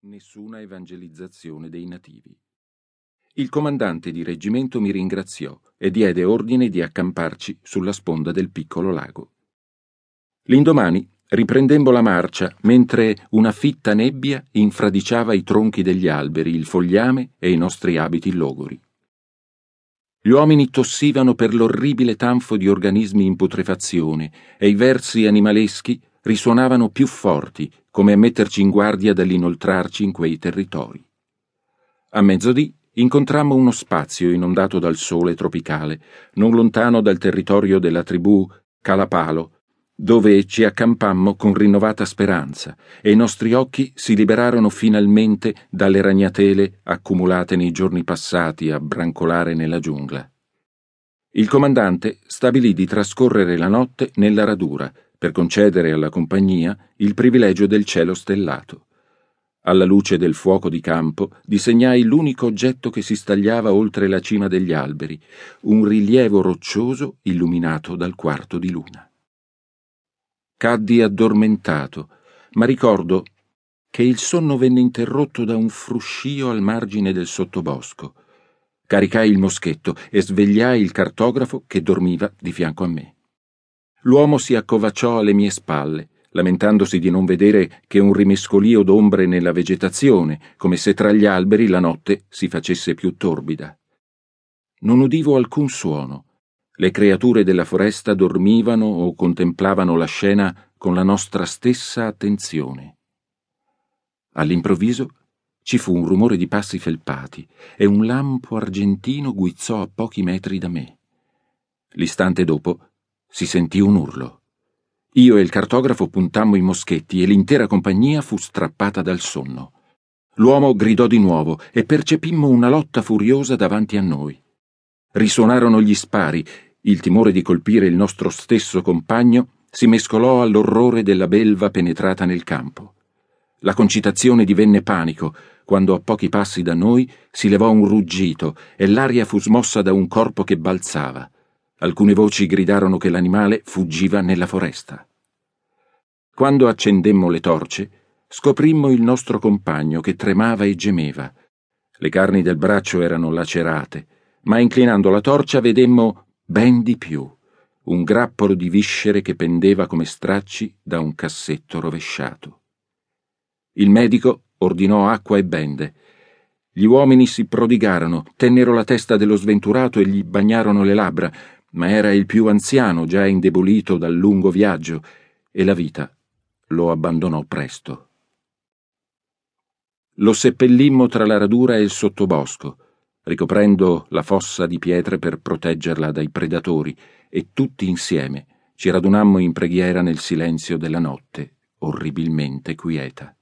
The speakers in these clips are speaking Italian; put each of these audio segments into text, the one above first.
nessuna evangelizzazione dei nativi. Il comandante di reggimento mi ringraziò e diede ordine di accamparci sulla sponda del piccolo lago. L'indomani riprendemmo la marcia mentre una fitta nebbia infradiciava i tronchi degli alberi, il fogliame e i nostri abiti logori. Gli uomini tossivano per l'orribile tanfo di organismi in putrefazione e i versi animaleschi risuonavano più forti, come a metterci in guardia dall'inoltrarci in quei territori. A mezzodì incontrammo uno spazio inondato dal sole tropicale, non lontano dal territorio della tribù Kalapalo, dove ci accampammo con rinnovata speranza e i nostri occhi si liberarono finalmente dalle ragnatele accumulate nei giorni passati a brancolare nella giungla. Il comandante stabilì di trascorrere la notte nella radura per concedere alla compagnia il privilegio del cielo stellato. Alla luce del fuoco di campo disegnai l'unico oggetto che si stagliava oltre la cima degli alberi, un rilievo roccioso illuminato dal quarto di luna. Caddi addormentato, ma ricordo che il sonno venne interrotto da un fruscio al margine del sottobosco. Caricai il moschetto e svegliai il cartografo che dormiva di fianco a me. L'uomo si accovacciò alle mie spalle, lamentandosi di non vedere che un rimescolio d'ombre nella vegetazione, come se tra gli alberi la notte si facesse più torbida. Non udivo alcun suono. Le creature della foresta dormivano o contemplavano la scena con la nostra stessa attenzione. All'improvviso ci fu un rumore di passi felpati e un lampo argentino guizzò a pochi metri da me. L'istante dopo si sentì un urlo. Io e il cartografo puntammo i moschetti e l'intera compagnia fu strappata dal sonno. L'uomo gridò di nuovo e percepimmo una lotta furiosa davanti a noi. Risuonarono gli spari. Il timore di colpire il nostro stesso compagno si mescolò all'orrore della belva penetrata nel campo. La concitazione divenne panico quando a pochi passi da noi si levò un ruggito e l'aria fu smossa da un corpo che balzava. Alcune voci gridarono che l'animale fuggiva nella foresta. Quando accendemmo le torce, scoprimmo il nostro compagno che tremava e gemeva. Le carni del braccio erano lacerate, ma inclinando la torcia vedemmo ben di più, un grappolo di viscere che pendeva come stracci da un cassetto rovesciato. Il medico ordinò acqua e bende. Gli uomini si prodigarono, tennero la testa dello sventurato e gli bagnarono le labbra, ma era il più anziano, già indebolito dal lungo viaggio, e la vita lo abbandonò presto. Lo seppellimmo tra la radura e il sottobosco, ricoprendo la fossa di pietre per proteggerla dai predatori, e tutti insieme ci radunammo in preghiera nel silenzio della notte, orribilmente quieta.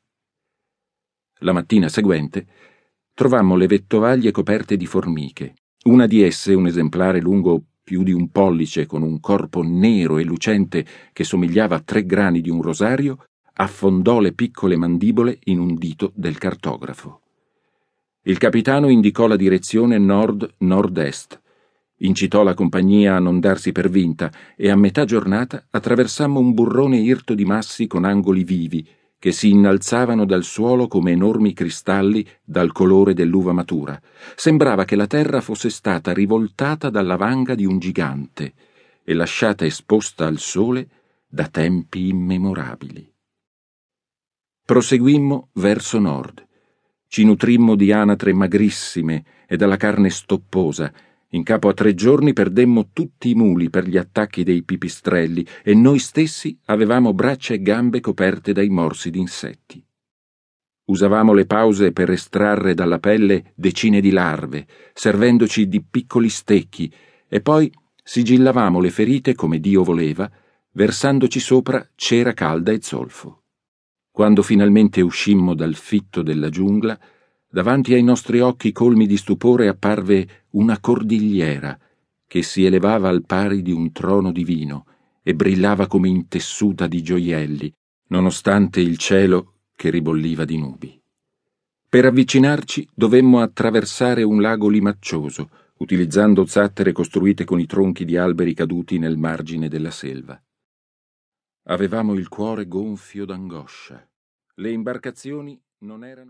La mattina seguente trovammo le vettovaglie coperte di formiche. Una di esse, un esemplare lungo più di un pollice con un corpo nero e lucente che somigliava a 3 grani di un rosario, affondò le piccole mandibole in un dito del cartografo. Il capitano indicò la direzione nord-nord-est, incitò la compagnia a non darsi per vinta e a metà giornata attraversammo un burrone irto di massi con angoli vivi che si innalzavano dal suolo come enormi cristalli dal colore dell'uva matura. Sembrava che la terra fosse stata rivoltata dalla vanga di un gigante e lasciata esposta al sole da tempi immemorabili. Proseguimmo verso nord. Ci nutrimmo di anatre magrissime e dalla carne stopposa. In capo a 3 giorni perdemmo tutti i muli per gli attacchi dei pipistrelli e noi stessi avevamo braccia e gambe coperte dai morsi d'insetti. Usavamo le pause per estrarre dalla pelle decine di larve, servendoci di piccoli stecchi, e poi sigillavamo le ferite come Dio voleva, versandoci sopra cera calda e zolfo. Quando finalmente uscimmo dal fitto della giungla, davanti ai nostri occhi colmi di stupore apparve una cordigliera che si elevava al pari di un trono divino e brillava come intessuta di gioielli, nonostante il cielo che ribolliva di nubi. Per avvicinarci dovemmo attraversare un lago limaccioso, utilizzando zattere costruite con i tronchi di alberi caduti nel margine della selva. Avevamo il cuore gonfio d'angoscia. Le imbarcazioni non erano